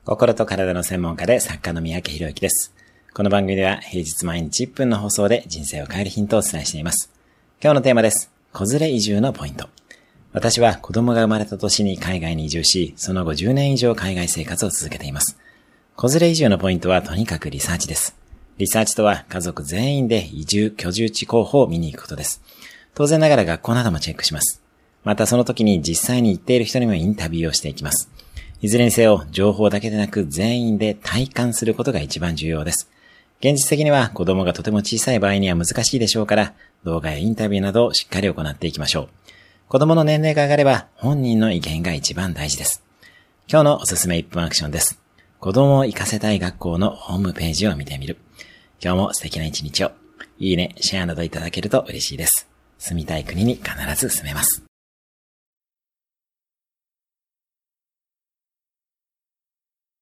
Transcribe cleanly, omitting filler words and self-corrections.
心と体の専門家で作家の三宅宏之です。この番組では平日毎日1分の放送で人生を変えるヒントをお伝えしています。今日のテーマです。子連れ移住のポイント。私は子供が生まれた年に海外に移住し、その後10年以上海外生活を続けています。子連れ移住のポイントはとにかくリサーチです。リサーチとは家族全員で移住居住地候補を見に行くことです。当然ながら学校などもチェックします。またその時に実際に行っている人にもインタビューをしていきます。いずれにせよ、情報だけでなく全員で体感することが一番重要です。現実的には子供がとても小さい場合には難しいでしょうから、動画やインタビューなどをしっかり行っていきましょう。子供の年齢が上がれば本人の意見が一番大事です。今日のおすすめ1分アクションです。子供を行かせたい学校のホームページを見てみる。今日も素敵な一日を。いいね、シェアなどいただけると嬉しいです。住みたい国に必ず住めます。